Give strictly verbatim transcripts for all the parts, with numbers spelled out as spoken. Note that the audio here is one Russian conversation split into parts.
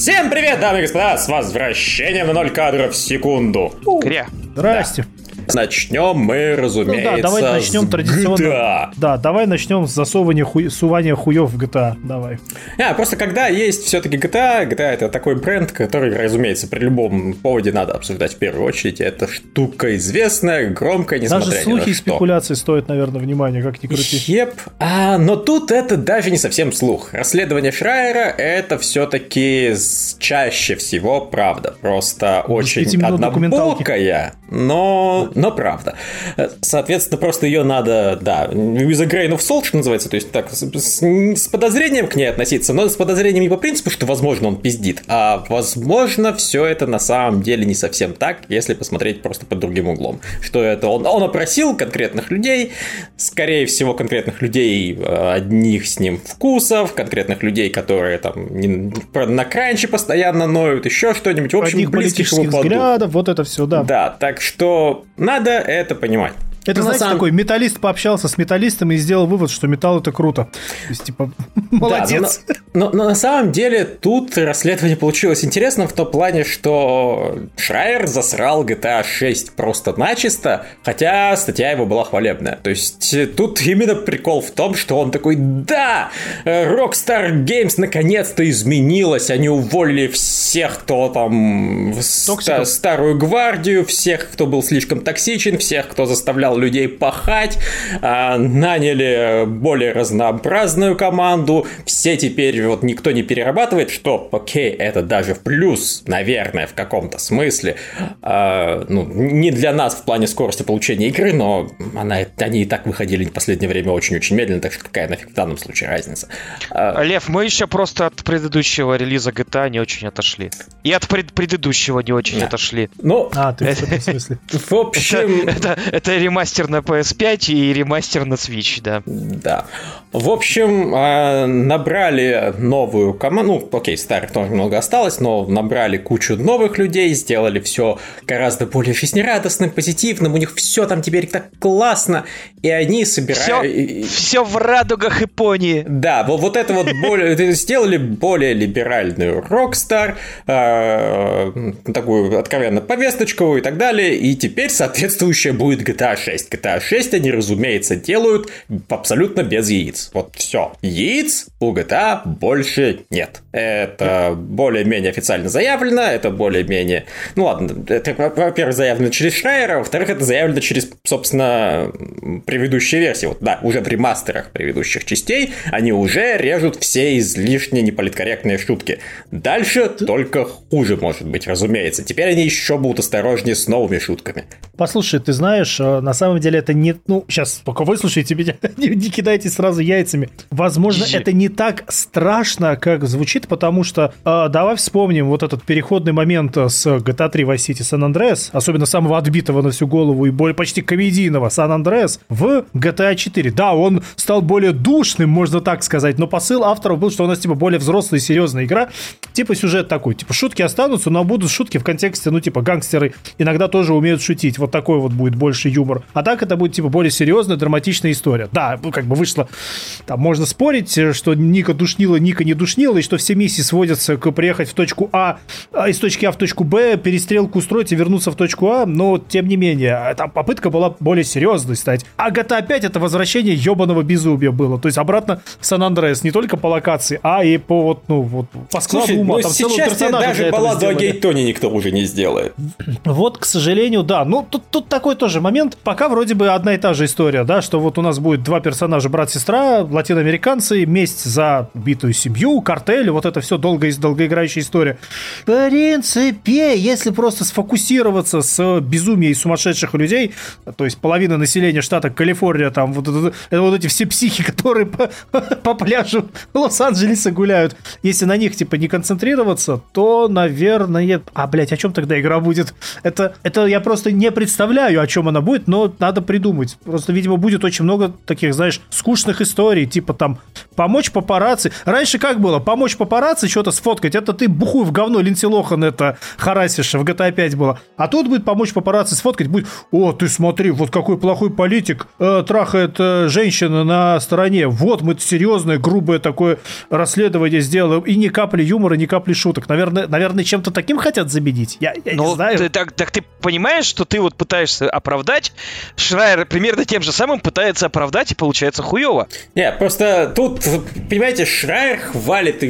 Всем привет, дамы и господа, с возвращением на ноль кадров в секунду. Кря. Здрасте. Да. Начнем мы, разумеется, ну, да, давай начнем с традиционно. джи ти эй. Да, давай начнем с засовывания хуй, сувания хуев в джи ти эй. Давай. А, просто когда есть все-таки джи ти эй, джи ти эй это такой бренд, который, разумеется, при любом поводе надо обсуждать в первую очередь. Это штука известная, громкая, несмотря даже ни на что. Даже слухи и спекуляции стоят, наверное, внимания, как ни крути. Еп. А, но тут это даже не совсем слух. Расследование Шрайера — это все-таки чаще всего правда. Просто очень однобокая, но... но правда. Соответственно, просто ее надо, да, with a grain of salt, что называется, то есть так, с, с подозрением к ней относиться, но с подозрением не по принципу, что, возможно, он пиздит, а, возможно, все это на самом деле не совсем так, если посмотреть просто под другим углом. Что это он, он опросил конкретных людей, скорее всего, конкретных людей одних с ним вкусов, конкретных людей, которые там не, на кранче постоянно ноют, еще что-нибудь, в общем, одних политических взглядов, вот это все, да. Да, так что надо это понимать. Это, ну, знаете, самом... такой металлист пообщался с металлистом и сделал вывод, что металл — это круто. То есть, типа, молодец. Да, но, но, но на самом деле тут расследование получилось интересным в том плане, что Шрайер засрал джи ти эй шесть просто-начисто, хотя статья его была хвалебная. То есть тут именно прикол в том, что он такой: да, Rockstar Games наконец-то изменилась, они уволили всех, кто там ста- старую гвардию, всех, кто был слишком токсичен, всех, кто заставлял людей пахать, наняли более разнообразную команду, все теперь вот никто не перерабатывает, что, окей, это даже в плюс, наверное, в каком-то смысле, а, ну, не для нас в плане скорости получения игры, но она, они и так выходили в последнее время очень-очень медленно, так что какая нафиг в данном случае разница. А... Лев, мы еще просто от предыдущего релиза джи ти эй не очень отошли. И от пред- предыдущего не очень да. отошли. Ну, а, ты в этом смысле. В общем... Это, это, это ремастер на пи эс пять и ремастер на Switch, да. Да. В общем, набрали новую команду. Ну, окей, старых тоже много осталось, но набрали кучу новых людей, сделали все гораздо более жизнерадостным, позитивным. У них все там теперь так классно. И они собирают... Все, все в радугах Японии. Да, вот, вот это вот более... Сделали более либеральную Rockstar, такую откровенно повесточковую и так далее. И теперь соответствующая будет джи ти эй шесть. джи ти эй шесть они, разумеется, делают абсолютно без яиц. Вот все. Яиц у джи ти эй больше нет. Это более-менее официально заявлено, это более-менее... Ну ладно, это, во-первых, заявлено через Шрайера, во-вторых, это заявлено через, собственно, предыдущие версии. Вот, да, уже в ремастерах предыдущих частей они уже режут все излишне неполиткорректные шутки. Дальше только хуже, может быть, разумеется. Теперь они еще будут осторожнее с новыми шутками. Послушай, ты знаешь, на самом деле это не... Ну, сейчас, пока выслушайте меня, не, не кидайте сразу яйцами. Возможно, Жи. это не так страшно, как звучит, потому что э, давай вспомним вот этот переходный момент с джи ти эй три Vice City San Andreas, особенно самого отбитого на всю голову и более почти комедийного San Andreas в джи ти эй четыре. Да, он стал более душным, можно так сказать, но посыл авторов был, что у нас типа более взрослая и серьезная игра. Типа сюжет такой, типа шутки останутся, но будут шутки в контексте, ну типа гангстеры иногда тоже умеют шутить. Вот такой вот будет больше юмор. А так это будет типа более серьезная, драматичная история. Да, ну как бы вышло, там можно спорить, что Ника душнила, Ника не душнила, и что все миссии сводятся к приехать в точку А, из точки А в точку Б, перестрелку устроить и вернуться в точку А, но тем не менее, там попытка была более серьезной стать. А джи ти эй пять это возвращение ебаного безумия было. То есть обратно в Сан-Андреас не только по локации, а и по вот, ну, вот, по складу Слушай, ума. ну, Там сейчас даже балладу о Гейтоне никто уже не сделает. Вот, к сожалению, да. Ну, тут, тут такой тоже момент. Пока вроде бы одна и та же история, да, что вот у нас будет два персонажа, брат-сестра, латиноамериканцы, месть за убитую семью, картель, вот это все долго, долгоиграющая история. В принципе, если просто сфокусироваться с безумием сумасшедших людей, то есть половина населения штата Калифорния, там вот, это, это вот эти все психи, которые по, по пляжу Лос-Анджелеса гуляют, если на них типа не концентрироваться, то, наверное... А, блядь, о чем тогда игра будет? Это, это я просто не представляю, о чем она будет, но надо придумать. Просто, видимо, будет очень много таких, знаешь, скучных историй, типа там помочь папарацци. Раньше как было? Помочь папарацци что-то сфоткать, это ты бухуй в говно, Линдси Лохан это харасишь, в джи ти эй пять было. А тут будет помочь папарацци сфоткать, будет: о, ты смотри, вот какой плохой политик э, трахает э, женщину на стороне. Вот мы серьезное, грубое такое расследование сделаем, и ни капли юмора, ни капли шуток. Наверное, наверное чем-то таким хотят заменить. Я, я ну, не знаю. Ты, так, так ты понимаешь, что ты вот пытаешься оправдать, Шрайер примерно тем же самым пытается оправдать, и получается хуёво. Не, просто тут, понимаете, Шрайер хвалит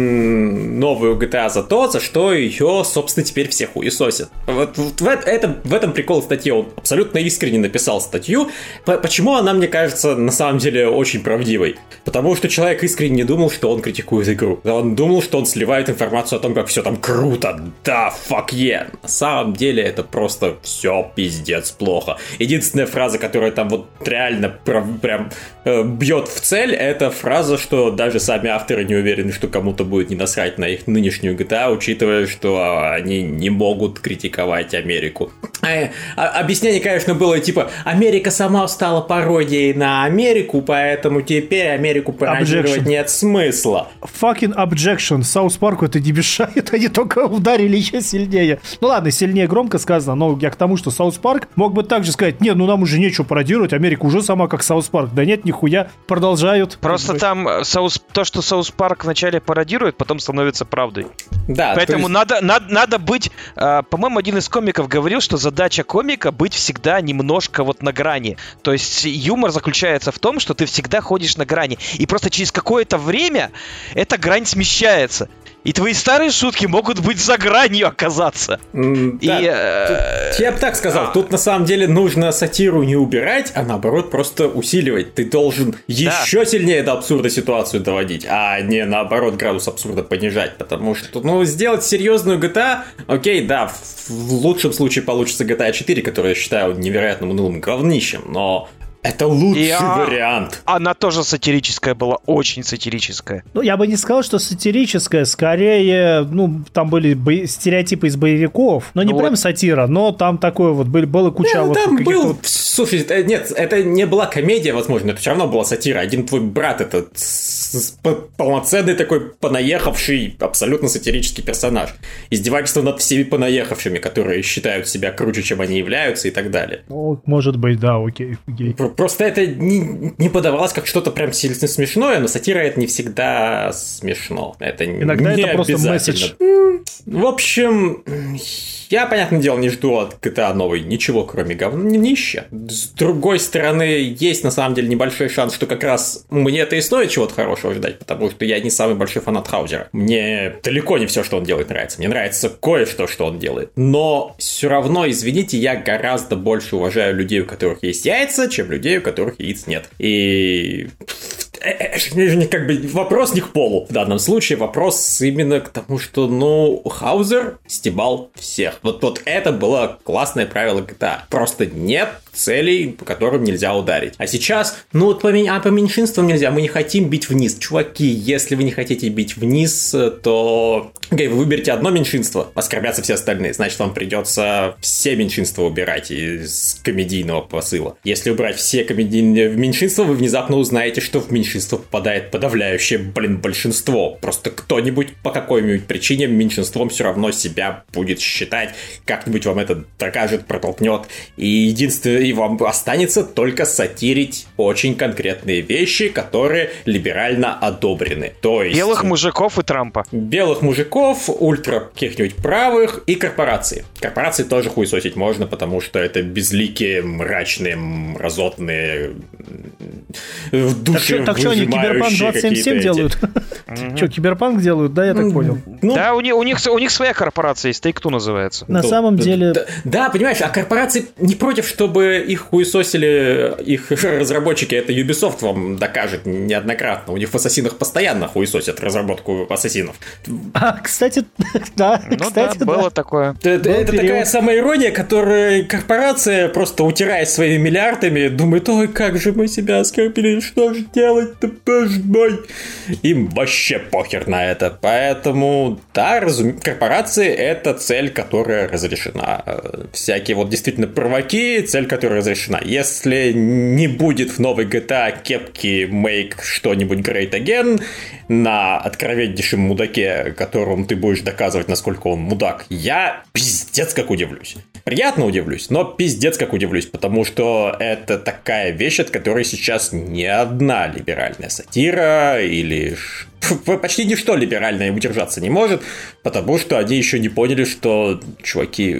м- новую джи ти эй за то, за что ее, собственно, теперь все хуесосят. Вот, вот в, это, в этом прикол статьи. Он абсолютно искренне написал статью. Почему она, мне кажется, на самом деле очень правдивой? Потому что человек искренне не думал, что он критикует игру. Он думал, что он сливает информацию о том, как все там круто. Да, fuck yeah. На самом деле это просто все пиздец плохо. Единственная фраза, которая там вот реально прям, прям э, бьет в цель, это фраза, что даже сами авторы не уверены, что кому-то будет не насрать на их нынешнюю джи ти эй, учитывая, что они не могут критиковать Америку. А, а, объяснение, конечно, было типа: Америка сама стала пародией на Америку, поэтому теперь Америку пародировать нет смысла. Fucking objection. Саус Парку это не мешает, они только ударили еще сильнее. Ну ладно, сильнее громко сказано, но я к тому, что Саус Парк мог бы также сказать: нет, ну нам уже нечего пародировать, Америка уже сама как Саус Парк. Да нет, нихуя, продолжают. Просто там Саус, то, что Саус Парк вначале пародирует, потом становится правдой. Да. Поэтому есть... надо, надо, надо быть, э, по-моему, один из комиков говорил, что задача комика быть всегда немножко вот на грани. То есть юмор заключается в том, что ты всегда ходишь на грани. И просто через какое-то время эта грань смещается. И твои старые шутки могут быть за гранью оказаться. Mm, и, да, э... тут, я бы так сказал, а... тут на самом деле нужно сатиру не убирать, а наоборот просто усиливать. Ты должен да. еще сильнее до абсурда ситуацию доводить, а не наоборот градус абсурда понижать. Потому что, ну, сделать серьезную джи ти эй, окей, да, в лучшем случае получится джи ти эй четыре, который я считаю невероятно унылым говнищем, но... это лучший и вариант. Она тоже сатирическая была, очень сатирическая. Ну, я бы не сказал, что сатирическая, скорее, ну, там были бо... стереотипы из боевиков, но не ну прям вот. Сатира, но там такое вот, были, была куча да, вот там каких-то... был, слушай, это, нет, это не была комедия, возможно, это все равно была сатира. Один твой брат, это полноценный такой понаехавший, абсолютно сатирический персонаж. Издевательство над всеми понаехавшими, которые считают себя круче, чем они являются и так далее. Ну, может быть, да, окей, окей. Просто это не, не подавалось как что-то прям сильно смешное, но сатира это не всегда смешно. Это иногда не это просто месседж. В общем, я, понятное дело, не жду от джи ти эй новой ничего, кроме говнища. С другой стороны, есть на самом деле небольшой шанс, что как раз мне это и стоит чего-то хорошего ждать, потому что я не самый большой фанат Хаузера. Мне далеко не все, что он делает, нравится. Мне нравится кое-что, что он делает. Но все равно, извините, я гораздо больше уважаю людей, у которых есть яйца, чем людей, у которых яиц нет. И... как бы вопрос не к полу в данном случае, вопрос именно к тому, что, ну, Хаузер стебал всех. Вот, вот это было классное правило джи ти эй. Просто нет целей, по которым нельзя ударить. А сейчас, ну вот по, а по меньшинствам нельзя, мы не хотим бить вниз. Чуваки, если вы не хотите бить вниз, то окей, вы выберете одно меньшинство, оскорбятся все остальные, значит, вам придется все меньшинства убирать из комедийного посыла. Если убрать все комедийные меньшинства, вы внезапно узнаете, что в меньшинство попадает подавляющее, блин, большинство. Просто кто-нибудь по какой-нибудь причине меньшинством все равно себя будет считать, как-нибудь вам это докажет, протолкнет. И единственное, и вам останется только сатирить очень конкретные вещи, которые либерально одобрены. То есть... белых мужиков и Трампа. Белых мужиков, ультра каких-нибудь правых и корпорации. Корпорации тоже хуесосить можно, потому что это безликие, мрачные, разотные, в душе так что они Киберпанк двадцать семьдесят семь делают? Что, Киберпанк делают? Да, я так понял. Да, у них своя корпорация есть, Take-Two называется. На самом деле... Да, понимаешь, а корпорации не против, чтобы их хуесосили их разработчики. Это Ubisoft вам докажет неоднократно. У них в Ассасинах постоянно хуесосят разработку Ассасинов. А, кстати, да. Ну кстати, да, было такое. Это, это такая самая ирония, которая корпорация, просто утирая своими миллиардами, думает: ой, как же мы себя оскорбили, что же делать-то, боже мой. Им вообще похер на это. Поэтому, да, разум... корпорации — это цель, которая разрешена. Всякие вот действительно провоки — цель, которая разрешена. Если не будет в новой джи ти эй кепки make что-нибудь great again на откровеннейшем мудаке, которому ты будешь доказывать, насколько он мудак, я пиздец как удивлюсь. Приятно удивлюсь, но пиздец как удивлюсь, потому что это такая вещь, от которой сейчас ни одна либеральная сатира или почти ничто либеральное удержаться не может, потому что они еще не поняли, что, чуваки,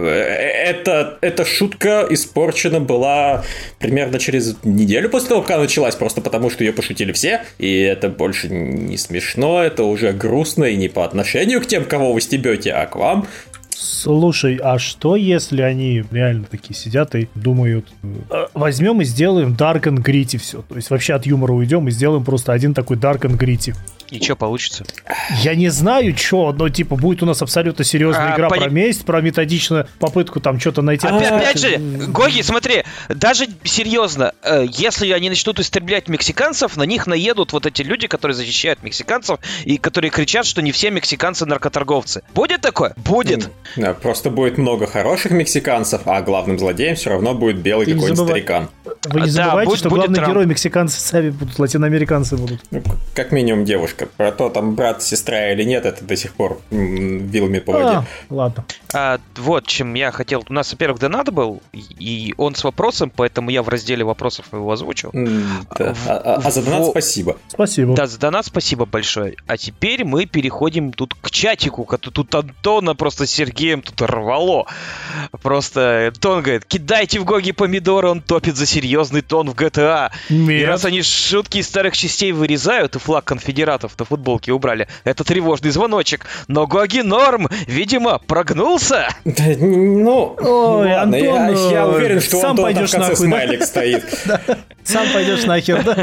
это, эта шутка испорчена была примерно через неделю после того, как она началась, просто потому что ее пошутили все, и это больше не смешно, это уже грустно и не по отношению к тем, кого вы стебете, а к вам. Слушай, а что если они реально такие сидят и думают, возьмем и сделаем dark and gritty все, то есть вообще от юмора уйдем и сделаем просто один такой dark and gritty. И что получится? Я не знаю, что, но типа будет у нас абсолютно серьезная а, игра пони... про месть, про методичную попытку там что-то найти. Опять, опять же, Гоги, смотри, даже серьезно, если они начнут истреблять мексиканцев, на них наедут вот эти люди, которые защищают мексиканцев и которые кричат, что не все мексиканцы наркоторговцы. Будет такое? Будет. Да, просто будет много хороших мексиканцев, а главным злодеем все равно будет белый и какой-нибудь забыв... старикан. Вы не забывайте, да, будет, что главные герои мексиканцы сами будут, латиноамериканцы будут. Ну, как минимум девушка. Про то, там брат, сестра или нет, это до сих пор вилами по воде. А, ладно. А, вот, чем я хотел. У нас, во-первых, донат был, и он с вопросом, поэтому я в разделе вопросов его озвучил. Да. В... А, а за донат в... спасибо. Спасибо. Да, за донат спасибо большое. А теперь мы переходим тут к чатику. Тут Антона просто с Сергеем тут рвало. Просто Антон говорит, кидайте в Гоги помидоры, он топит за серьезный тон в джи ти эй. Нет. И раз они шутки из старых частей вырезают и флаг конфедератов на футболке убрали, это тревожный звоночек. Но Гоги норм, видимо, прогнулся. Да, ну, ой, ладно, Антон, я, я уверен, что сам Антон пойдешь там в конце нахуй, смайлик да? стоит. Сам пойдешь нахер, да?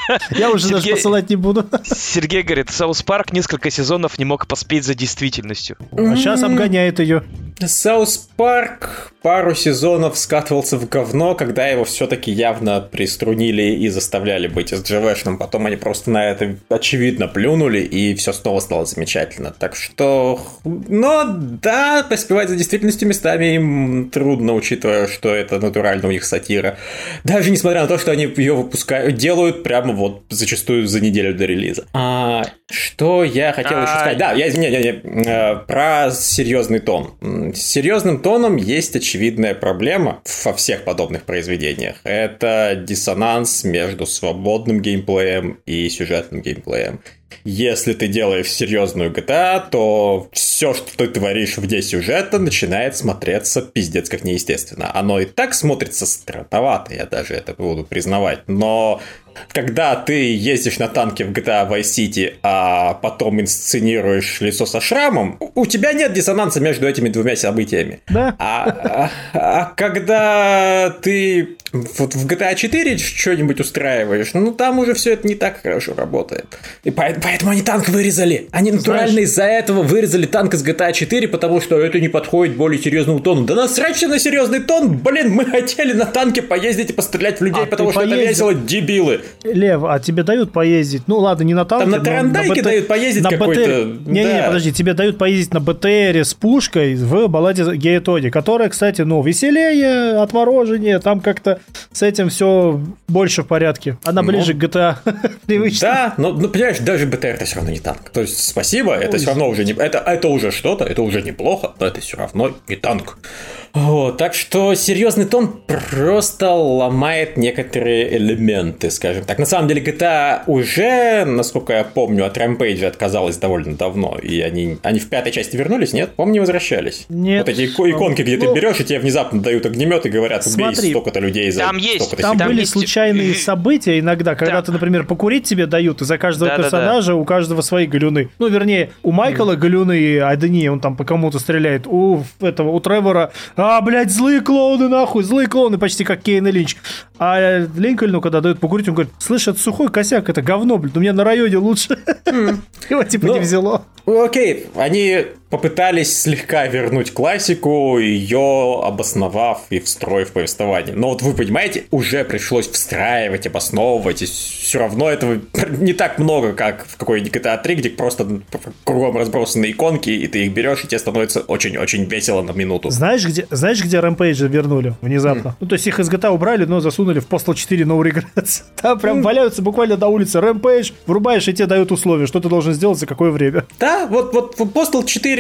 Я уже Сергей... даже посылать не буду. Сергей говорит, Саус Парк несколько сезонов не мог поспеть за действительностью. А сейчас обгоняет ее. Саус Парк пару сезонов скатывался в говно, когда его все-таки явно приструнили и заставляли быть эс джи ви-шным. Потом они просто на это очевидно плюнули, и все снова стало замечательно. Так что... Но да, поспевать за действительностью местами им трудно, учитывая, что это натурально у них сатира. Даже несмотря на то, что они ее выпускают, делают прямо вот зачастую за неделю до релиза. А, что я хотел еще сказать? Да, я извиняюсь, про серьезный тон. С серьезным тоном есть очевидная проблема во всех подобных произведениях. Это диссонанс между свободным геймплеем и сюжетным геймплеем. Если ты делаешь серьезную джи ти эй, то все, что ты творишь вне сюжета, начинает смотреться пиздец как неестественно. Оно и так смотрится странновато, я даже это буду признавать. Но когда ты ездишь на танке в джи ти эй Vice City, а потом инсценируешь лицо со шрамом, у тебя нет диссонанса между этими двумя событиями. Да. А, а, а когда ты вот в джи ти эй четыре что-нибудь устраиваешь, ну там уже все это не так хорошо работает. И поэтому они танк вырезали. Они натурально Знаешь... из-за этого вырезали танк из джи ти эй четыре, потому что это не подходит более серьезному тону. Да насрать все на серьезный тон, блин, мы хотели на танке поездить и пострелять в людей, а потому что поездил... это весело, дебилы. Лев, а тебе дают поездить? Ну ладно, не на танке, там на Тарандайке на дают поездить на какой-то... Не-не, да. подожди, тебе дают поездить на бэ тэ эре с пушкой в балладе Гейтоди, которая, кстати, ну, веселее, отмороженнее, там как-то с этим все больше в порядке. Она ближе ну, к джи ти эй привычно. Да, но, ну, понимаешь, даже бэ тэ эр это все равно не танк. То есть, спасибо, это все равно уже не... Это, это уже что-то, это уже неплохо, но это все равно не танк. Вот, так что серьезный тон просто ломает некоторые элементы, скажем так. На самом деле джи ти эй уже, насколько я помню, от Rampage отказалась довольно давно. И они, они в пятой части вернулись, нет? По-моему, не возвращались. Нет. Вот эти иконки, где ну, ты берешь, и тебе внезапно дают огнемет и говорят, убей смотри, столько-то людей за там есть, столько-то там секунд. были случайные события иногда, когда да. ты, например, покурить тебе дают, и за каждого да, персонажа да, да. у каждого свои галюны. Ну, вернее, у Майкла mm. галюны одни, он там по кому-то стреляет. У этого, у Тревора, а, блядь, злые клоуны, нахуй, злые клоуны, почти как Кейн и Линч. А Линкольну, когда дают покурить, он говорит, слышь, это сухой косяк, это говно, блядь, у меня на районе лучше. Mm. Его типа ну, не взяло. Окей, они попытались слегка вернуть классику, ее обосновав и встроив в повествование. Но вот вы понимаете, уже пришлось встраивать, обосновывать, и все равно этого не так много, как в какой-нибудь джи ти эй три, где просто кругом разбросаны иконки, и ты их берешь, и тебе становится очень-очень весело на минуту. Знаешь, где, знаешь, где Rampage вернули внезапно? Mm. Ну, то есть их из джи ти эй убрали, но засунули в Postal четыре No Regrets. Там прям mm. валяются буквально на улице Rampage, врубаешь, и тебе дают условия, что ты должен сделать за какое время. Да, вот, вот Postal четыре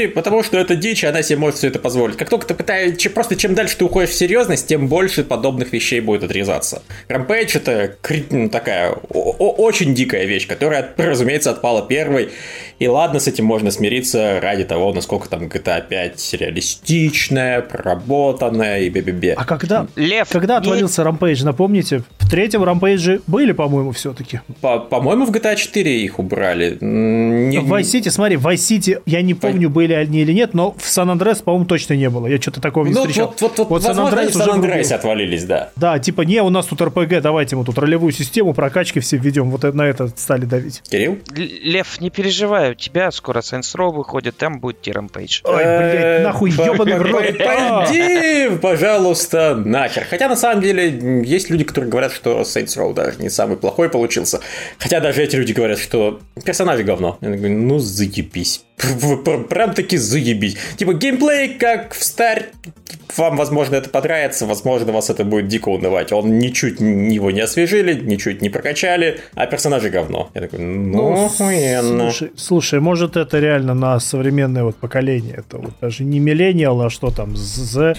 четыре, потому что это дичь, и она себе может все это позволить. Как только ты пытаешься, просто чем дальше ты уходишь в серьезность, тем больше подобных вещей будет отрезаться. Rampage — это ну, такая очень дикая вещь, которая, разумеется, отпала первой. И ладно, с этим можно смириться ради того, насколько там джи ти эй пять реалистичная, проработанная и бе-бе-бе. А когда, Лев, когда отвалился Rampage, напомните? В третьем Rampage были, по-моему, все-таки. По- по-моему, в джи ти эй четыре их убрали. Не... В Vice City, смотри, в Vice City, я не помню, были они или нет, но в San Andreas, по-моему, точно не было. Я что-то такого не ну, встречал. Вот, вот, вот, вот возможно, они в уже San Andreas отвалились, да. Да, типа, не, у нас тут эр пи джи, давайте мы тут ролевую систему прокачки все введем, вот на это стали давить. Кирилл? Лев, не переживай, у тебя скоро Saints Row выходит, там будет тебе Rampage. Ой, блядь, нахуй, ёбаный в рот. Пойди, пожалуйста, нахер. Хотя, на самом деле, есть люди, которые говорят, что Saints Row даже не самый плохой получился. Хотя даже эти люди говорят, что персонажи говно. Я говорю, ну заебись. Прям таки заебись. Типа геймплей, как в старт, вам, возможно, это понравится, возможно, вас это будет дико унывать. Он ничуть его не освежили, ничуть не прокачали, а персонажи говно. Я такой, ну, охуенно. Слушай, слушай, может, это реально на современное вот поколение. Это вот даже не миллениал, а что там, Z,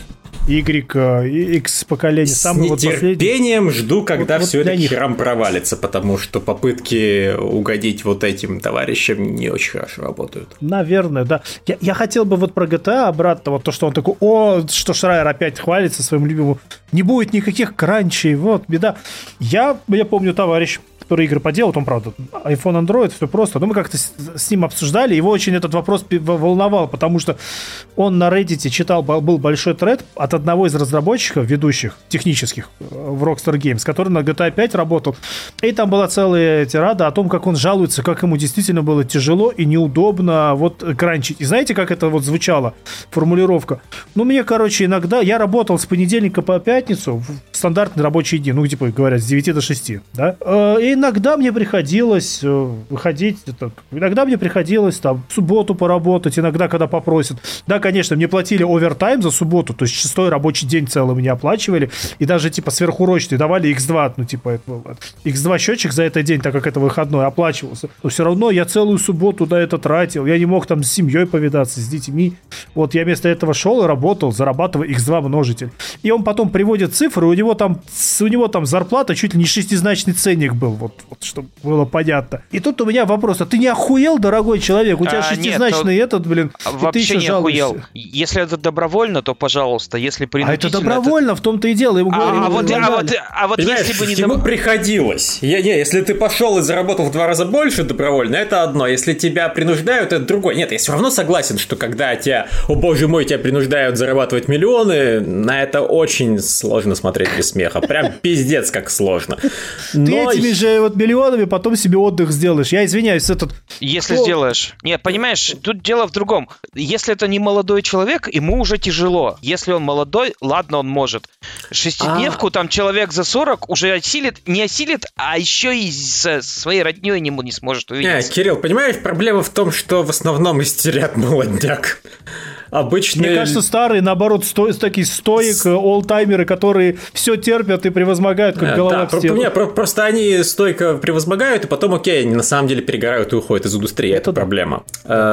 Y, X поколение. С нетерпением вот жду, когда вот, все вот это них. херам провалится, потому что попытки угодить вот этим товарищам не очень хорошо работают. Наверное, да. Я, я хотел бы вот про джи ти эй обратно, вот то, что он такой, о, что Шрайер опять хвалится своим любимым, не будет никаких кранчей, вот, беда. Я, я помню товарищ, который игры поделал, он, правда, iPhone, Android, все просто, но мы как-то с, с ним обсуждали, его очень этот вопрос волновал, потому что он на Reddit читал, был большой тред от одного из разработчиков, ведущих, технических в Rockstar Games, который на джи ти эй пять работал, и там была целая тирада о том, как он жалуется, как ему действительно было тяжело и неудобно вот кранчить. И знаете, как это вот звучало, формулировка? Ну, мне, короче, иногда, я работал с понедельника по пятницу в стандартный рабочий день, ну, типа, говорят, с девяти до шести, да, и иногда мне приходилось выходить, иногда мне приходилось там в субботу поработать, иногда, когда попросят. Да, конечно, мне платили овертайм за субботу, то есть шестой рабочий день целый мне оплачивали, и даже, типа, сверхурочные давали икс два, ну, типа, икс два счетчик за этот день, так как это выходной, оплачивался. Но все равно я целую субботу на это тратил, я не мог там с семьей повидаться, с детьми. Вот я вместо этого шел и работал, зарабатывая икс два множитель. И он потом приводит цифры, у него там, у него там зарплата чуть ли не шестизначный ценник был, вот, вот чтобы было понятно. И тут у меня вопрос, а ты не охуел, дорогой человек? У тебя а, шестизначный нет, этот, блин, вообще и ты еще не жалуешься. Охуел. Если это добровольно, то пожалуйста, если принудительно... А это добровольно, это... в том-то и дело. Ему а, говорили, а, вот, а, вот, а вот если бы не... Ему доб... приходилось. Я, не, если ты пошел и заработал в два раза больше добровольно, это одно. Если тебя принуждают, это другое. Нет, я все равно согласен, что когда тебя, о боже мой, тебя принуждают зарабатывать миллионы, на это очень сложно смотреть без смеха. Прям пиздец как сложно. Но... Ты этими же вот миллионами потом себе отдых сделаешь. Я извиняюсь, этот... Если О... сделаешь. Нет, понимаешь, тут дело в другом. Если это не молодой человек, ему уже тяжело. Если он молодой, ладно, он может. Шестидневку а... там человек за сорок уже осилит, не осилит, а еще и со своей роднёй ему не сможет увидеться. Не, Кирилл, понимаешь, проблема в том, что в основном истерят молодняк. Обычные... Мне кажется, старые, наоборот, сто... такие стоик, олдтаймеры, которые все терпят и превозмогают, как голова да, в стену. Нет, просто они стойко превозмогают, и потом, окей, они на самом деле перегорают и уходят из индустрии. Это, это проблема.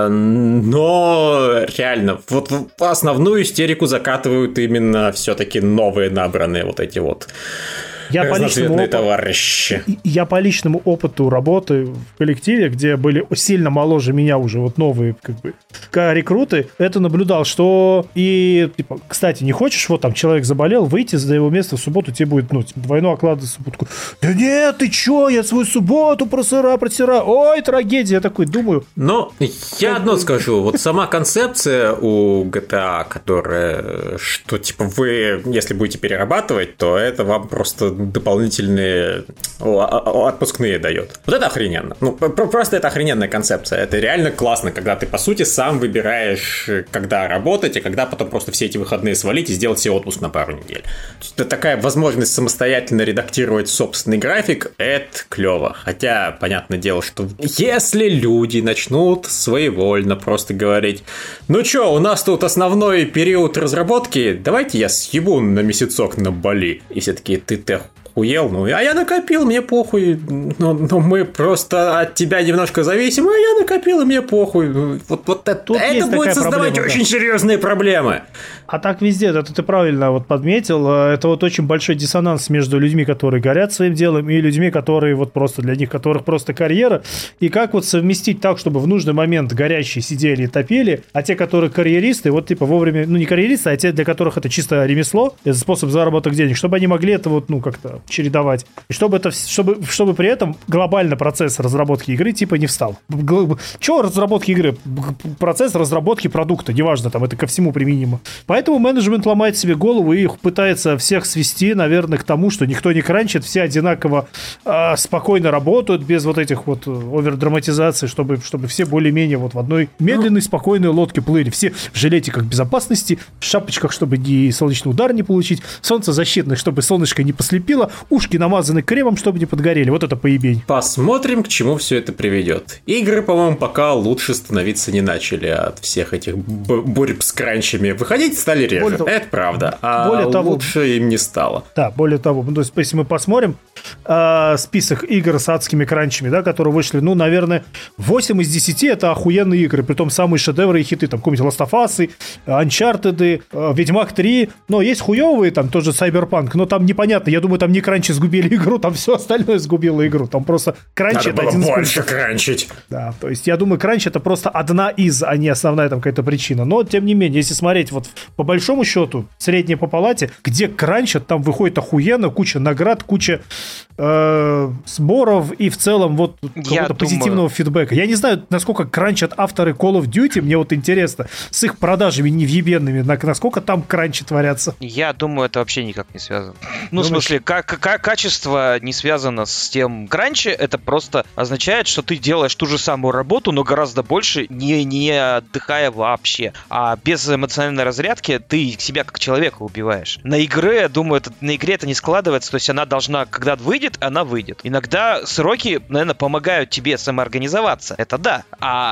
Но реально, вот основную истерику закатывают именно все-таки новые набранные вот эти вот... Я по, личному опыту, товарищи. я по личному опыту работы в коллективе, где были сильно моложе меня уже вот новые как бы рекруты, это наблюдал, что и, типа, кстати, не хочешь, вот там человек заболел, выйти за его место в субботу, тебе будет, ну, типа, двойной оклад за субботу. Да нет, ты чё, я свою субботу просыра, протираю, ой, трагедия, я такой думаю. Но я одно скажу, вот сама концепция у джи ти эй, которая, что, типа, вы, если будете перерабатывать, то это вам просто дополнительные отпускные дает. Вот это охрененно. Ну, просто это охрененная концепция. Это реально классно, когда ты, по сути, сам выбираешь, когда работать, а когда потом просто все эти выходные свалить и сделать себе отпуск на пару недель. Это такая возможность самостоятельно редактировать собственный график, это клево. Хотя, понятное дело, что если люди начнут своевольно просто говорить, ну чё, у нас тут основной период разработки, давайте я съебу на месяцок на Бали. И все такие, ты-то охуел, ну, а я накопил, мне похуй, ну, ну мы просто от тебя немножко зависим, а я накопил, и мне похуй. Вот, вот это, это будет создавать проблема, очень да. серьезные проблемы. А так везде, это ты правильно вот подметил, это вот очень большой диссонанс между людьми, которые горят своим делом, и людьми, которые вот просто для них, которых просто карьера, и как вот совместить так, чтобы в нужный момент горящие сидели и топили, а те, которые карьеристы, вот типа вовремя, ну не карьеристы, а те, для которых это чисто ремесло, это способ заработок денег, чтобы они могли это вот, ну как-то чередовать, и чтобы это, чтобы, чтобы при этом глобально процесс разработки игры типа не встал. Чего разработки игры? Процесс разработки продукта, неважно, там это ко всему применимо. Поэтому менеджмент ломает себе голову и пытается всех свести, наверное, к тому, что никто не кранчит, все одинаково э, спокойно работают, без вот этих вот овердраматизаций, чтобы, чтобы все более-менее вот в одной медленной, спокойной лодке плыли. Все в жилетиках безопасности, в шапочках, чтобы ни солнечный удар не получить, солнцезащитных, чтобы солнышко не послепило, ушки намазаны кремом, чтобы не подгорели. Вот это поебень. Посмотрим, к чему все это приведет. Игры, по-моему, пока лучше становиться не начали от всех этих борьб с кранчами. Выходить стали реже. Более это того, правда. А более того, лучше им не стало. Да, более того, то есть, если мы посмотрим э, список игр с адскими кранчами, да, которые вышли, ну, наверное, восемь из десяти это охуенные игры, притом самые шедевры и хиты, там, какой-нибудь Last of Us, Uncharted, э, Ведьмак три, но есть хуевые, там, тоже Cyberpunk, но там непонятно, я думаю, там не кранчи сгубили игру, там все остальное сгубило игру, там просто кранч это один из... Надо было больше кранчить. Да, то есть, я думаю, кранч это просто одна из, а не основная там какая-то причина, но, тем не менее, если смотреть вот по большому счету, среднее по палате, где кранчат, там выходит охуенно, куча наград, куча э, сборов и в целом вот какого-то позитивного фидбэка. Я не знаю, насколько кранчат авторы Call of Duty, мне вот интересно, с их продажами невъебенными, насколько там кранчи творятся. Я думаю, это вообще никак не связано. Ну, Думаешь? в смысле, как, как качество не связано с тем кранчи, это просто означает, что ты делаешь ту же самую работу, но гораздо больше, не, не отдыхая вообще. А без эмоциональной разрядки ты себя как человека убиваешь. На игре, думаю, это, на игре это не складывается, то есть она должна, когда выйдет, она выйдет. Иногда сроки, наверное, помогают тебе самоорганизоваться, это да.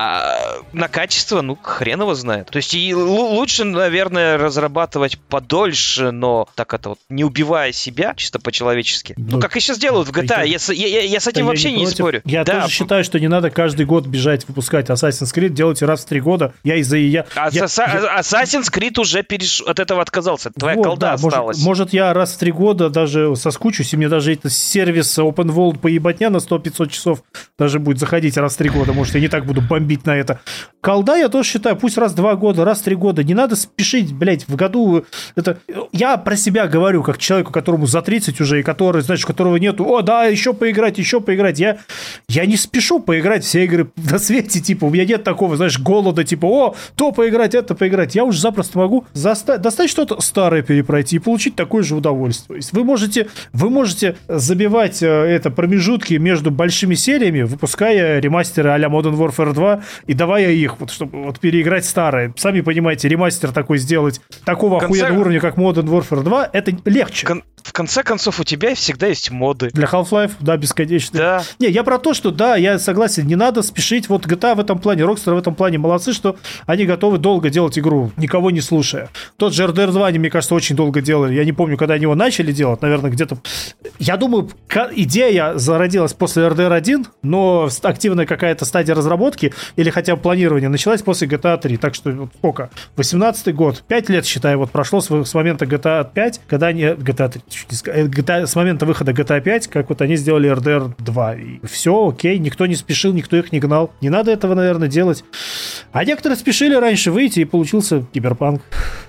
А на качество, ну, хрен его знает. То есть и л- лучше, наверное, разрабатывать подольше, но так это вот, не убивая себя, чисто по-человечески. Ну, ну как и сейчас делают в джи ти эй, я, я, я, я с этим да вообще не, не спорю. Я да. тоже считаю, что не надо каждый год бежать выпускать Assassin's Creed, делайте раз в три года. Я из-за... Я, а я, я... Assassin's Creed уже переш... от этого отказался. Твоя вот, колда да, осталась. Может, может, я раз в три года даже соскучусь, и мне даже этот сервис Open World поебатня на сто-пятьсот часов даже будет заходить раз в три года. Может, я не так буду бомбить на это. Колда я тоже считаю, пусть раз в два года, раз в три года. Не надо спешить, блядь, в году. Это... Я про себя говорю, как человеку, которому за тридцать уже, и который, знаешь, у которого нету, о, да, еще поиграть, еще поиграть. Я, я не спешу поиграть все игры на свете, типа, у меня нет такого, знаешь, голода, типа, о, то поиграть, это поиграть. Я уже запросто могу заста- достать что-то старое перепройти и получить такое же удовольствие. То есть вы можете, вы можете забивать э, это промежутки между большими сериями, выпуская ремастеры а-ля Modern Warfare два и давая их, вот, чтобы вот, переиграть старые. Сами понимаете, ремастер такой сделать такого конце... охуенного уровня, как Modern Warfare два, это легче. Кон- в конце концов, у тебя всегда есть моды. Для Half-Life, да, бесконечно. Да. Не, я про то, что, да, я согласен, не надо спешить. Вот джи ти эй в этом плане, Rockstar в этом плане молодцы, что они готовы долго делать игру, никого не слушая. Тот же эр ди ар два, они, мне кажется, очень долго делали. Я не помню, когда они его начали делать, наверное, где-то... Я думаю, идея зародилась после эр ди ар один, но активная какая-то стадия разработки или хотя бы планирования началась после джи ти эй три. Так что, вот сколько? восемнадцатый год. Пять лет, считаю, вот прошло с, с момента джи ти эй пять, когда они... джи ти эй три, джи ти эй, с момента выхода джи ти эй пять, как вот они сделали эр ди ар два. И все, окей, никто не спешил, никто их не гнал. Не надо этого, наверное, делать. А некоторые спешили раньше выйти, и получился Киберпанк.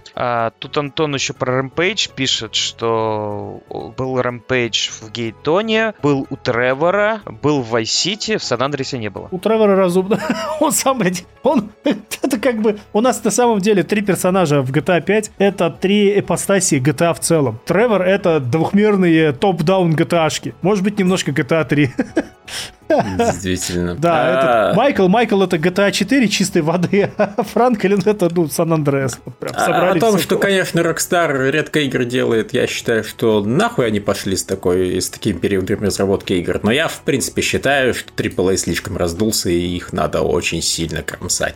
А, тут Антон еще про Rampage пишет, что был Rampage в Гейтоне, был у Тревора, был в Vice City, в Сан-Андресе не было. У Тревора разумно. Он сам, блядь, он... Это как бы... У нас на самом деле три персонажа в джи ти эй пять. Это три ипостаси джи ти эй в целом. Тревор — это двухмерные топ-даун джи ти эй-шки. Может быть, немножко джи ти эй три. Действительно. Да, это Майкл, Майкл это джи ти эй четыре чистой воды, а Франклин это, ну, Сан-Андреас. Вот прям а, о том, что, конечно, Rockstar редко игры делает, я считаю, что нахуй они пошли с такой, с таким периодом разработки игр. Но я, в принципе, считаю, что трипл эй слишком раздулся, и их надо очень сильно кромсать.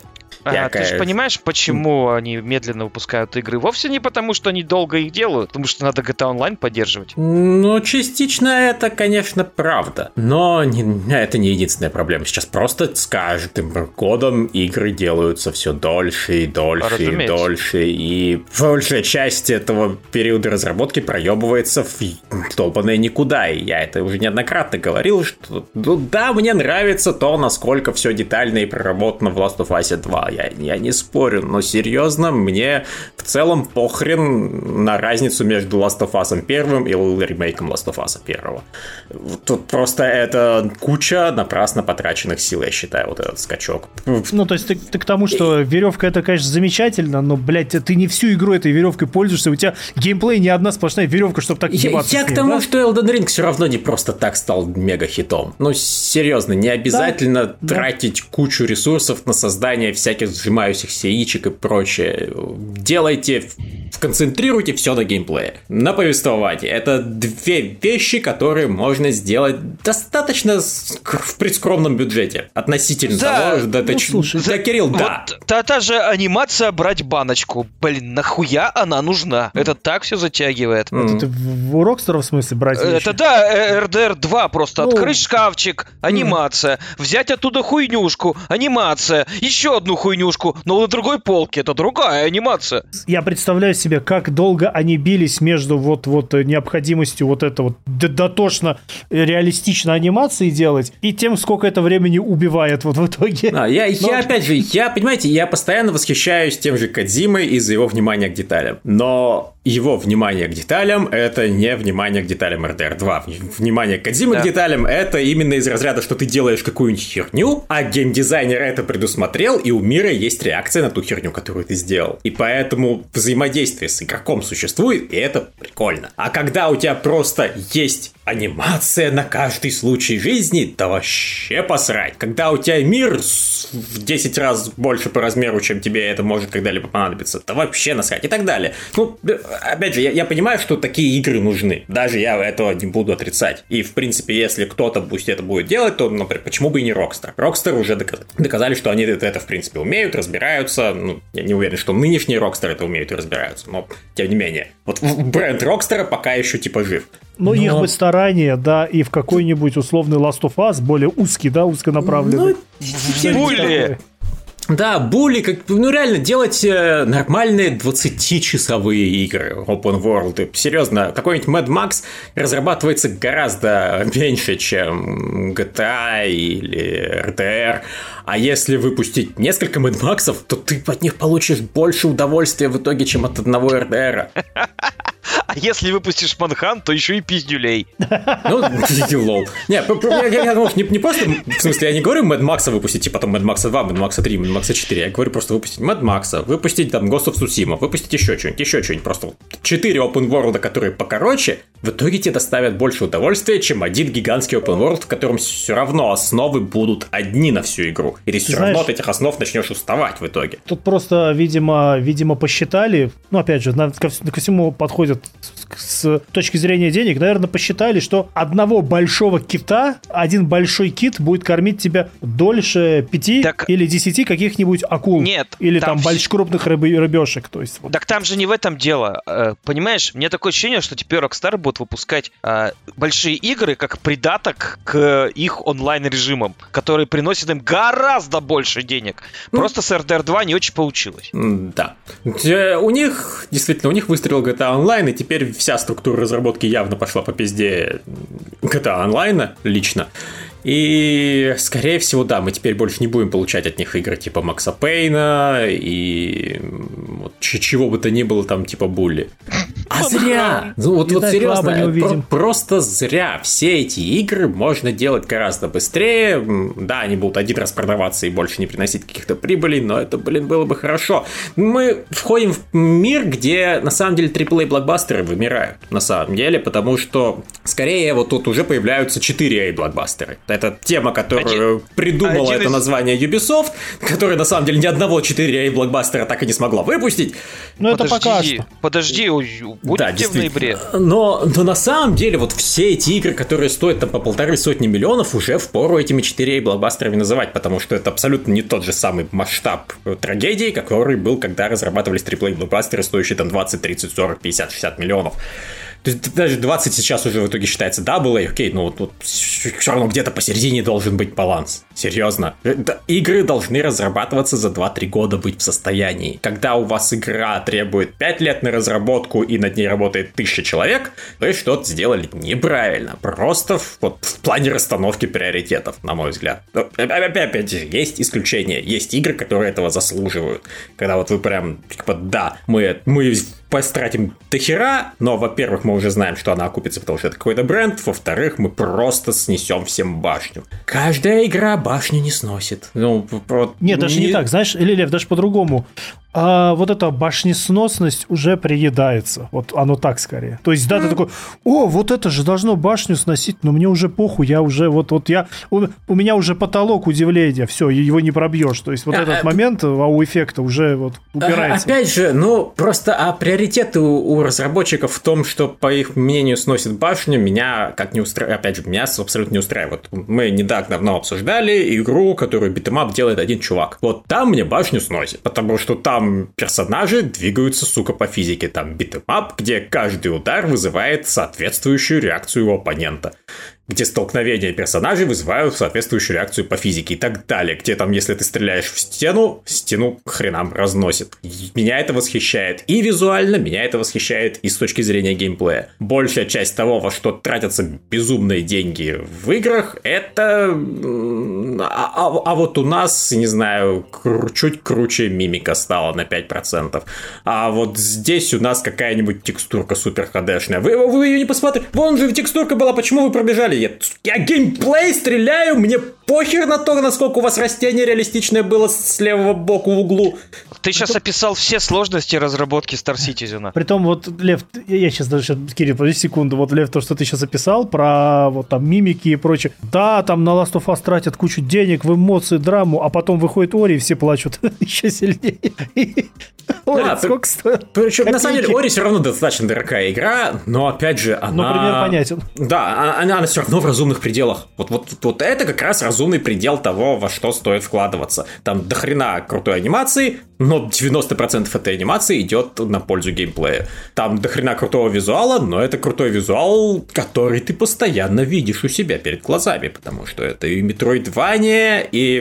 А, ты же понимаешь, почему они медленно выпускают игры? Вовсе не потому, что они долго их делают, потому что надо джи ти эй Online поддерживать. Ну, частично это, конечно, правда. Но не, это не единственная проблема. Сейчас просто с каждым годом игры делаются все дольше и дольше Разумеется. и дольше. И большая часть этого периода разработки проебывается в долбанное никуда. И я это уже неоднократно говорил, что ну, да, мне нравится то, насколько все детально и проработано в Last of Us два. Я, я не спорю, но серьезно, мне в целом похрен на разницу между Last of Us первым и ремейком Last of Us первого. Тут просто это куча напрасно потраченных сил, я считаю, вот этот скачок. Ну, то есть ты, ты к тому, что веревка это, конечно, замечательно, но, блядь, ты не всю игру этой веревкой пользуешься, у тебя геймплей не одна сплошная веревка, чтобы так ебаться. Я, я к тому, да? что Elden Ring все равно не просто так стал мега-хитом. Ну, серьезно, не обязательно да, тратить да. кучу ресурсов на создание всяких сжимающихся яичек и прочее. Делайте, концентрируйте все на геймплее, на повествовании. Это две вещи, которые можно сделать достаточно в предскромном бюджете. Относительно да, того, да, ну, ты, слушай, да, Кирилл, вот да. Та, та же анимация брать баночку. Блин, нахуя она нужна? Mm. Это так все затягивает. Mm. Это ты в, в Rockstar, в смысле, брать вещи? Это да, эр ди ар два просто. Ну, открыть шкафчик, анимация. Mm. Взять оттуда хуйнюшку, анимация. Еще одну хуйнюшку, но на другой полке. Это другая анимация. Я представляю себе, как долго они бились между вот, вот необходимостью вот это вот дотошно реалистично анимации делать и тем, сколько это времени убивает вот в итоге. А, я, но... я опять же, я, понимаете, я постоянно восхищаюсь тем же Кодзимой из-за его внимания к деталям. Но его внимание к деталям — это не внимание к деталям эр ди ар два. Внимание Кодзимы да. к деталям — это именно из разряда, что ты делаешь какую-нибудь херню, а геймдизайнер это предусмотрел, и у мира есть реакция на ту херню, которую ты сделал. И поэтому взаимодействие с игроком существует, и это прикольно. А когда у тебя просто есть анимация на каждый случай жизни, да вообще посрать. Когда у тебя мир в десять раз больше по размеру, чем тебе это может когда-либо понадобиться, да вообще насрать и так далее. Ну, опять же, я, я понимаю, что такие игры нужны. Даже я этого не буду отрицать. И, в принципе, если кто-то пусть это будет делать, то, например, почему бы и не Rockstar? Rockstar уже доказали, доказали что они это, это, в принципе, умеют, разбираются. Ну, я не уверен, что нынешние Rockstar это умеют и разбираются. Но, тем не менее, вот бренд Rockstar пока еще, типа, жив. Ну, Но... их бы старания, да, и в какой-нибудь условный Last of Us, более узкий, да, узконаправленный. Ну, Булли! Да, Булли, как, ну реально, делать нормальные двадцатичасовые игры Open World. Серьезно, какой-нибудь Mad Max разрабатывается гораздо меньше, чем джи ти эй или эр ди ар. А если выпустить несколько Mad Max'ов, то ты от них получишь больше удовольствия в итоге, чем от одного эр ди ар. А если выпустишь Манхан, то еще и пиздюлей. Ну, лол. Не, я думал, не просто, в смысле, я не говорю Mad Max'а выпустить, типа там Mad Max'а два, Mad Max'а три, Mad Max'а четыре. Я говорю просто выпустить Mad Max'а, выпустить там Ghost of Tsushima, выпустить еще что-нибудь, еще что-нибудь. Просто четыре open world, которые покороче, в итоге тебе доставят больше удовольствия, чем один гигантский open world, в котором все равно основы будут одни на всю игру. И ты все равно от этих основ начнешь уставать в итоге. Тут просто, видимо, видимо посчитали, ну, опять же, ко, ко всему подходят с, с точки зрения денег, наверное, посчитали, что одного большого кита, один большой кит будет кормить тебя дольше пяти так... или десяти каких-нибудь акул. Нет. Или там, там больш... крупных рыб... рыбешек. То есть, вот. Так там же не в этом дело. Понимаешь, мне такое ощущение, что теперь Rockstar будет выпускать э, большие игры как придаток к их онлайн-режимам, которые приносят им гораздо больше денег. Просто с эр ди ар два не очень получилось. Да. У них, действительно, у них выстрелил джи ти эй Online, и теперь вся структура разработки явно пошла по пизде джи ти эй онлайна лично. И, скорее всего, да, мы теперь больше не будем получать от них игры типа Макса Пейна и вот, чего бы то ни было там типа Булли. А зря! Ну вот, вот серьезно, про- просто зря. Все эти игры можно делать гораздо быстрее. Да, они будут один раз продаваться и больше не приносить каких-то прибылей, но это, блин, было бы хорошо. Мы входим в мир, где на самом деле трипл эй-блокбастеры вымирают, на самом деле, потому что скорее вот тут уже появляются четыре эй-блокбастеры. Это тема, которую один, придумала один это из... название Ubisoft, которая на самом деле ни одного четыре эй блокбастера так и не смогла выпустить. Ну это пока что. Подожди, Будете да, в ноябре. Но, но на самом деле вот все эти игры, которые стоят там по полторы сотни миллионов, уже впору этими четыре эй-блокбастерами называть, потому что это абсолютно не тот же самый масштаб трагедии, который был, когда разрабатывались три эй-блокбастеры, стоящие там двадцать, тридцать, сорок, пятьдесят, шестьдесят миллионов. То есть даже двадцать сейчас уже в итоге считается дабл эй, окей, но вот, вот все равно где-то посередине должен быть баланс. Серьезно. Игры должны разрабатываться за два-три года быть в состоянии. Когда у вас игра требует пять лет на разработку и над ней работает тысяча человек, вы что-то сделали неправильно. Просто в, вот, в плане расстановки приоритетов, на мой взгляд. Опять же, есть исключения. Есть игры, которые этого заслуживают. Когда вот вы прям, типа, да, мы, мы потратим дохера, но, во-первых, мы уже знаем, что она окупится, потому что это какой-то бренд. Во-вторых, мы просто снесем всем башню. Каждая игра башню не сносит. Ну, вот, Нет, даже не... не так, знаешь, или, Лев, даже по-другому. А вот эта башнесносность уже приедается. Вот оно так скорее. То есть, да, ты такой, о, вот это же должно башню сносить, но мне уже похуй, я уже, вот, вот я, у, у меня уже потолок удивления, все, его не пробьешь. То есть, вот а, этот а, момент вау-эффекта уже вот убирается. Опять же, ну, просто а приоритеты у, у разработчиков в том, что, по их мнению, сносит башню, меня как не устраивает, опять же, меня абсолютно не устраивает. Мы недавно давно обсуждали игру, которую битэмап делает один чувак. Вот там мне башню сносит, потому что там персонажи двигаются, сука, по физике. Там битэмап, где каждый удар вызывает соответствующую реакцию у оппонента. Где столкновения персонажей вызывают соответствующую реакцию по физике и так далее. Где там, если ты стреляешь в стену, стену хренам разносит. Меня это восхищает и визуально, меня это восхищает и с точки зрения геймплея. Большая часть того, во что тратятся безумные деньги в играх, это... А, а, а вот у нас, не знаю, кру- чуть круче мимика стала на пять процентов. А вот здесь у нас какая-нибудь текстурка супер ха-дешная. Вы, вы ее не посмотрите. Вон же текстурка была, почему вы пробежали? Я, я геймплей стреляю, мне похер на то, насколько у вас растение реалистичное было с левого боку в углу. Ты сейчас Притом... описал все сложности разработки Star Citizen. Притом, вот, Лев, я сейчас даже, сейчас, Кирилл, подожди секунду, вот, Лев, то, что ты сейчас описал про вот там мимики и прочее. Да, там на Last of Us тратят кучу денег в эмоции, драму, а потом выходит Ори, и все плачут еще сильнее. Ори, да, сколько стоит? Причем, на самом деле, Ори все равно достаточно дорогая игра, но, опять же, она... Ну, пример понятен. Да, она, она все равно в разумных пределах. Вот, вот, вот это как раз разумный предел того, во что стоит вкладываться. Там дохрена крутой анимации, но девяносто процентов этой анимации идет на пользу геймплея. Там дохрена крутого визуала, но это крутой визуал, который ты постоянно видишь у себя перед глазами, потому что это и Metroidvania, и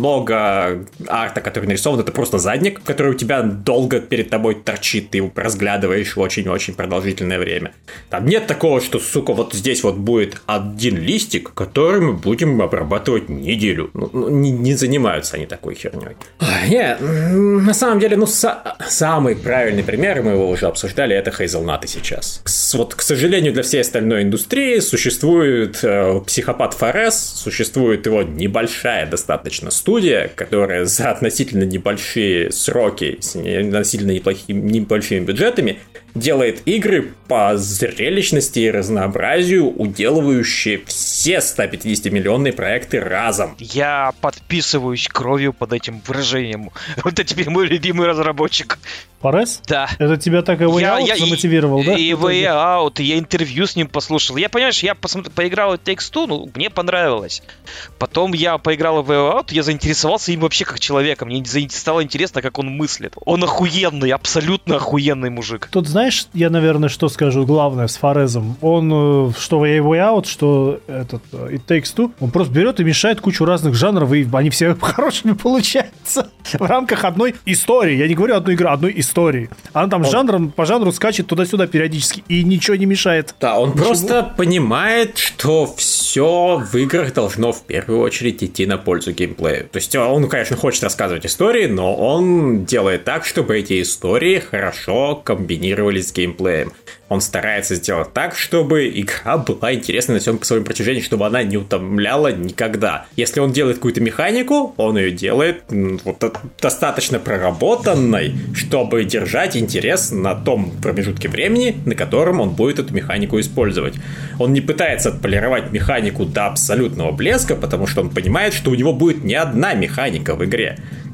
много арта, который нарисован, это просто задник, который у тебя долго перед тобой торчит, ты его разглядываешь очень-очень продолжительное время. Там нет такого, что, сука, вот здесь вот будет один листик, который мы будем обрабатывать неделю. Ну, не, не занимаются они такой херней. Нет, на самом деле, ну, са- самый правильный пример, мы его уже обсуждали, это Hazelnut сейчас. К, вот, к сожалению, для всей остальной индустрии существует э, психопат Форес, существует его небольшая достаточно студия, которая за относительно небольшие сроки, с относительно неплохими, небольшими бюджетами, делает игры по зрелищности и разнообразию, уделывающие все сто пятидесятимиллионные проекты разом. Я подписываюсь кровью под этим выражением. Вот это теперь мой любимый разработчик. Форес? Да. Это тебя так и Way я, Out я, замотивировал, и, да? И Way Out, и я интервью с ним послушал. Я, понимаешь, я посмотр... поиграл в Takes Two, ну, мне понравилось. Потом я поиграл в Way Out, я заинтересовался им вообще как человеком. Мне стало интересно, как он мыслит. Он охуенный, абсолютно охуенный мужик. Тут, знаешь, я, наверное, что скажу главное с Форезом. Он, что Way Out, что этот It Takes Two, он просто берет и мешает кучу разных жанров, и они все хорошими получаются в рамках одной истории. Я не говорю одной игры, одной истории. Она там он... жанром, по жанру скачет туда-сюда периодически, и ничего не мешает. Да, он Ничего. Просто понимает, что все в играх должно в первую очередь идти на пользу геймплея. То есть он, конечно, хочет рассказывать истории, но он делает так, чтобы эти истории хорошо комбинировались с геймплеем. Он старается сделать так, чтобы игра была интересной на всем своем протяжении, чтобы она не утомляла никогда. Если он делает какую-то механику, он ее делает вот, достаточно проработанной, чтобы держать интерес на том промежутке времени, на котором он будет эту механику использовать. Он не пытается отполировать механику до абсолютного блеска, потому что он понимает, что у него будет не одна механика в игре.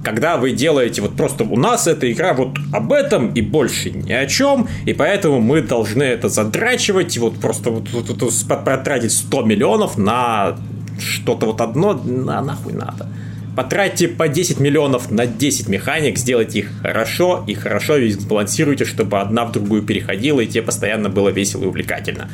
когда вы делаете вот просто у нас эта игра вот об этом и больше ни о чем, и поэтому мы должны это задрачивать и вот просто вот, вот, вот, вот потратить сто миллионов на что-то вот одно, на нахуй надо. Потратьте по десять миллионов на десять механик, сделайте их хорошо, и хорошо их сбалансируйте, чтобы одна в другую переходила, и тебе постоянно было весело и увлекательно.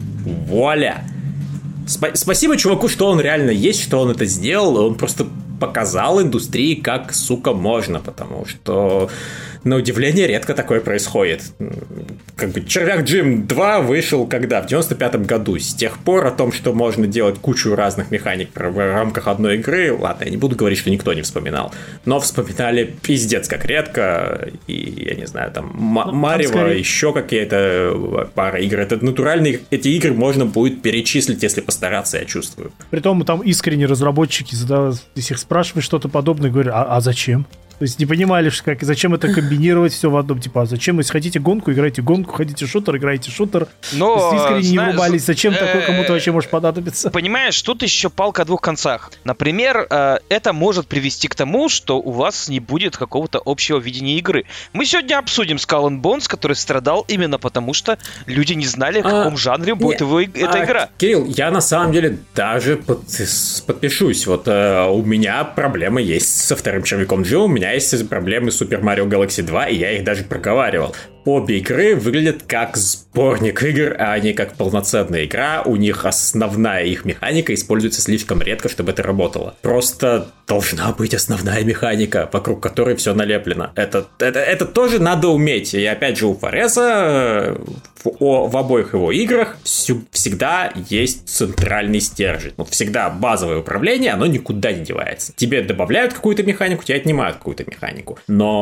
Вуаля! Сп- спасибо чуваку, что он реально есть, что он это сделал, он просто показал индустрии, как, сука, можно, потому что, на удивление, редко такое происходит. Как бы Червяк Джим два вышел когда? В девяносто пятом году. С тех пор о том, что можно делать кучу разных механик в рамках одной игры, ладно, я не буду говорить, что никто не вспоминал, но вспоминали пиздец как редко, и, я не знаю, там, М- Марио, скорее... еще какие-то пара игр. Это натуральные, эти игры можно будет перечислить, если постараться, я чувствую. Притом там искренне разработчики задавают, если их спрашивают что-то подобное, говорят, а, а зачем? То есть не понимали, что как, зачем это комбинировать все в одном, типа, а зачем, если хотите гонку, играйте гонку, хотите шутер, играйте шутер. Но, то есть искренне знаешь, не врубались, зачем такое кому-то вообще может понадобиться. Понимаешь, тут еще палка о двух концах. Например, это может привести к тому, что у вас не будет какого-то общего видения игры. Мы сегодня обсудим Skull and Bones, который страдал именно потому, что люди не знали, в каком а, жанре будет его, эта а, игра. Кирилл, я на самом деле даже под, подпишусь. Вот э, у меня проблемы есть со вторым Червяком Джим, у меня есть проблемы с Super Mario Galaxy два, и я их даже проговаривал. Обе игры выглядят как сборник игр, а не как полноценная игра. У них основная их механика используется слишком редко, чтобы это работало. Просто должна быть основная механика, вокруг которой все налеплено. Это, это, это тоже надо уметь. И опять же, у Фореса в, о, в обоих его играх всю, всегда есть центральный стержень. Вот всегда базовое управление, оно никуда не девается. Тебе добавляют какую-то механику, тебе отнимают какую-то механику.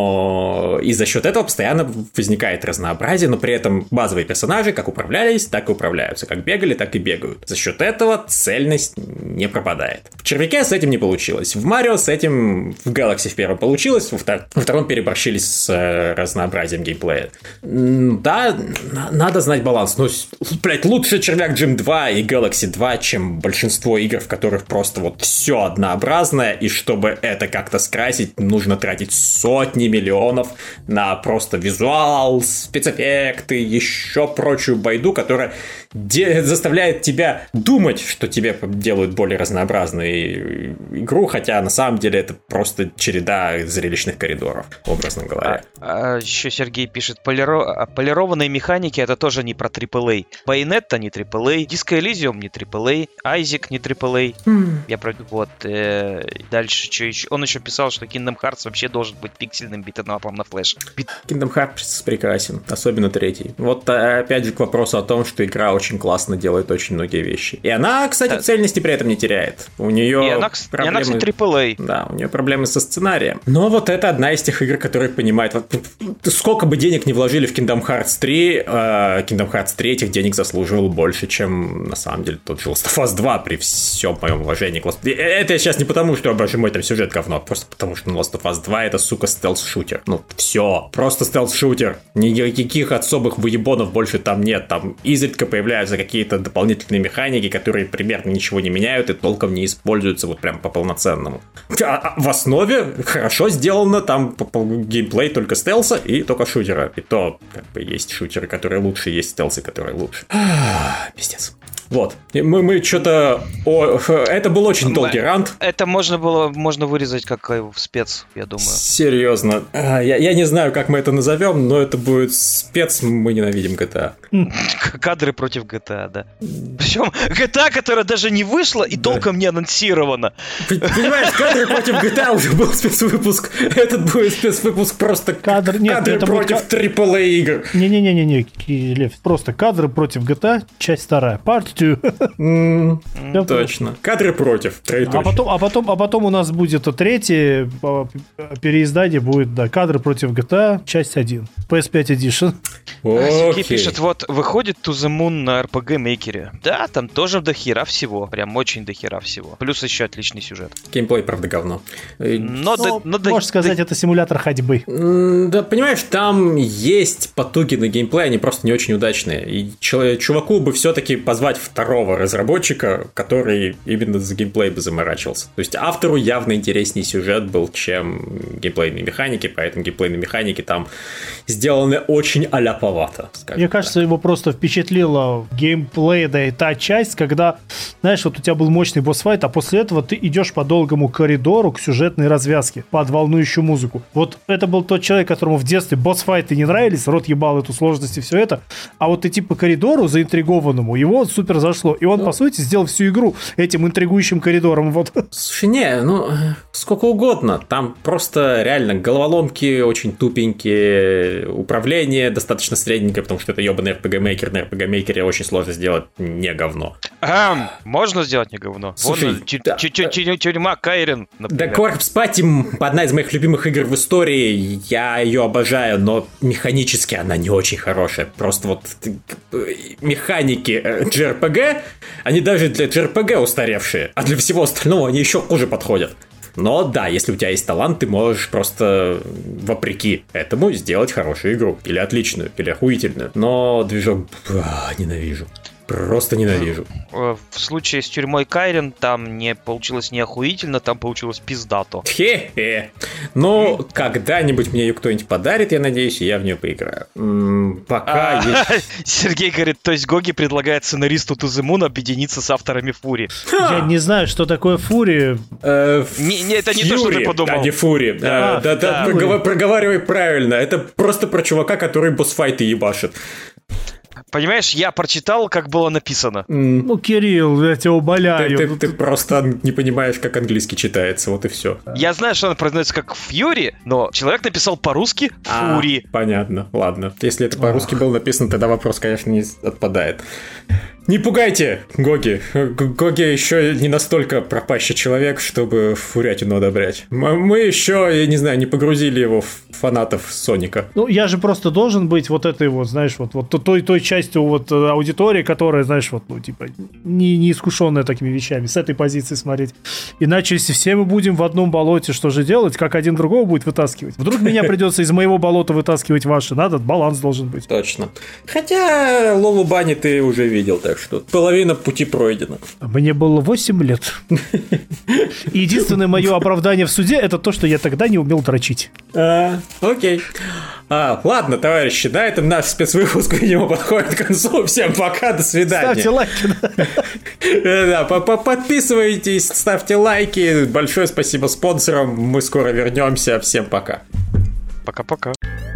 Но и за счет этого постоянно возникает разнообразие, но при этом базовые персонажи как управлялись, так и управляются. Как бегали, так и бегают. За счет этого цельность не пропадает. В Червяке с этим не получилось. В Марио с этим в Galaxy в первом получилось, во, втор... во втором переборщились с э, разнообразием геймплея. Да, надо знать баланс. Ну, блять, лучше Червяк Джим два и Galaxy два, чем большинство игр, в которых просто вот все однообразное, и чтобы это как-то скрасить, нужно тратить сотни миллионов на просто визуал, спецэффекты, еще прочую байду, которая де- заставляет тебя думать, что тебе делают более разнообразную игру, хотя на самом деле это просто череда зрелищных коридоров, образно говоря. А, а еще Сергей пишет, полиро... полированные механики это тоже не про трипл эй. Bayonetta не трипл эй, Disco Elysium не трипл эй, Isaac не трипл эй. Mm. Я про... Вот. Э... Дальше что еще? Он еще писал, что Kingdom Hearts вообще должен быть пиксельным битэмапом на флеше. Kingdom Hearts прекрасен, особенно третий. Вот опять же к вопросу о том, что игра очень классно делает очень многие вещи. И она, кстати, да. цельности при этом не теряет. У нее и она, проблемы... и она, кстати, трипл эй. Да, у нее проблемы со сценарием. Но вот это одна из тех игр, которые понимают... Сколько бы денег не вложили в Kingdom Hearts три, Kingdom Hearts три этих денег заслуживал больше, чем на самом деле тот же Last of Us два, при всем моем уважении. Это я сейчас не потому, что, боже мой, там сюжет говно, а просто потому, что Last of Us два это, сука, стелс-шутер. Ну, все. Просто стелс-шутер. Никаких особых выебонов больше там нет. Там изредка появляются какие-то дополнительные механики, которые примерно ничего не меняют и толком не используются вот прям по полноценному. А в основе хорошо сделано, там геймплей только стелса и только шутера. И то, как бы, есть шутеры, которые лучше, есть стелсы, которые лучше. Пиздец. Вот. Мы, мы что-то... О, это был очень долгий рант. Это можно было можно вырезать как в спец, я думаю. Серьезно. Я, я не знаю, как мы это назовем, но это будет спец, мы ненавидим джи ти эй. Кадры против джи ти эй, да. Причем джи ти эй, которая даже не вышла и да. толком не анонсирована. Понимаешь, кадры против джи ти эй уже был спецвыпуск. Этот будет спецвыпуск просто Кадр, нет, кадры против будет... трипл эй игр. Не-не-не, Лев, просто кадры против джи ти эй, часть вторая, part Mm, точно. Кадры против. А потом, а, потом, а потом у нас будет третье переиздание, будет, да, кадры против джи ти эй, часть один. пи эс пять Edition. Сергей пишет, вот, выходит To the Moon на эр пи джи-мейкере. Да, там тоже дохера всего. Прям очень дохера всего. Плюс еще отличный сюжет. Геймплей, правда, говно. Но, но, но можешь да, сказать, да, это симулятор ходьбы. Да, понимаешь, там есть потуги на геймплей, они просто не очень удачные. И чуваку бы все-таки позвать второго разработчика, который именно за геймплей бы заморачивался. То есть автору явно интереснее сюжет был, чем геймплейные механики, поэтому геймплейные механики там сделаны очень аляповато. Мне кажется, его просто впечатлила геймплей, да и та часть, когда, знаешь, вот у тебя был мощный босс-файт, а после этого ты идешь по долгому коридору к сюжетной развязке, под волнующую музыку. Вот это был тот человек, которому в детстве босс-файты не нравились, рот ебал эту сложность и все это, а вот идти по коридору заинтригованному, его супер зашло, и он, ну, по сути, сделал всю игру этим интригующим коридором. Вот. Слушай, не, ну, сколько угодно, там просто реально головоломки очень тупенькие, управление достаточно средненькое, потому что это ебаный эр пи джи-мейкер, на эр пи джи-мейкере очень сложно сделать не говно. Ага, можно сделать не говно. Слушай, Вон, да, тюрьма Кайрен, например. Да, Corpse Party одна из моих любимых игр в истории, я ее обожаю, но механически она не очень хорошая. Просто вот механики джей ар пи джи, они даже для джей ар пи джи устаревшие, а для всего остального они еще хуже подходят. Но да, если у тебя есть талант, ты можешь просто вопреки этому сделать хорошую игру. Или отличную, или охуительную. Но движок а, ненавижу. Просто ненавижу. В случае с тюрьмой Кайрен там не получилось не охуительно, там получилось пиздато. Хе-хе. Ну, когда-нибудь мне ее кто-нибудь подарит, я надеюсь, и я в нее поиграю. М-м, пока есть... Сергей говорит, то есть Гоги предлагает сценаристу To The Moon объединиться с авторами Фури. Я не знаю, что такое Фури. Это не то, что ты подумал. А не Фури. Да, проговаривай правильно. Это просто про чувака, который босс-файты ебашит. Понимаешь, я прочитал, как было написано. Mm. Ну, Кирилл, я тебя умоляю. Ты, ты, ты просто не понимаешь, как английский читается, вот и все. Я знаю, что он произносится как Фьюри, но человек написал по-русски Фури. А, понятно, ладно. Если это по-русски было написано, тогда вопрос, конечно, не отпадает. Не пугайте Гоги. Гоги еще не настолько пропащий человек, чтобы фурятину одобрять. Мы еще, я не знаю, не погрузили его в фанатов Соника. Ну, я же просто должен быть вот этой вот, знаешь, вот, вот той, той частью вот аудитории, которая, знаешь, вот, ну, типа, не, не искушенная такими вещами, с этой позиции смотреть. Иначе, если все мы будем в одном болоте, что же делать? Как один другого будет вытаскивать? Вдруг меня придется из моего болота вытаскивать ваше? Надо, баланс должен быть. Точно. Хотя Лолу Бани ты уже видел, так что половина пути пройдена. Мне было восемь лет. И единственное мое оправдание в суде — это то, что я тогда не умел дрочить. А, окей. А, ладно, товарищи, на этом наш спецвыпуск, видимо, подходит к концу. Всем пока, до свидания. Ставьте лайки. Да, подписывайтесь, ставьте лайки. Большое спасибо спонсорам. Мы скоро вернемся. Всем пока. Пока-пока.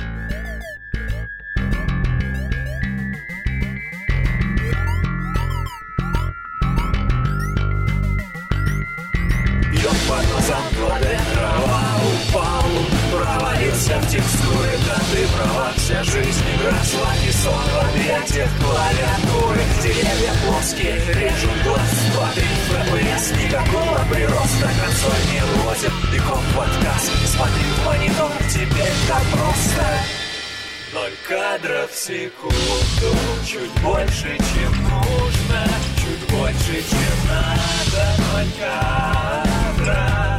В текстуры, да ты права, вся жизнь игра, сладкий сон в объятиях клавиатуры. Деревья плоские, режут глаз, смотри, эф пи эс, никакого прироста, консоль не лозит, и коп-подкаст, смотри в монитор, теперь так просто. Ноль кадров в секунду, чуть больше, чем нужно, чуть больше, чем надо, ноль кадров.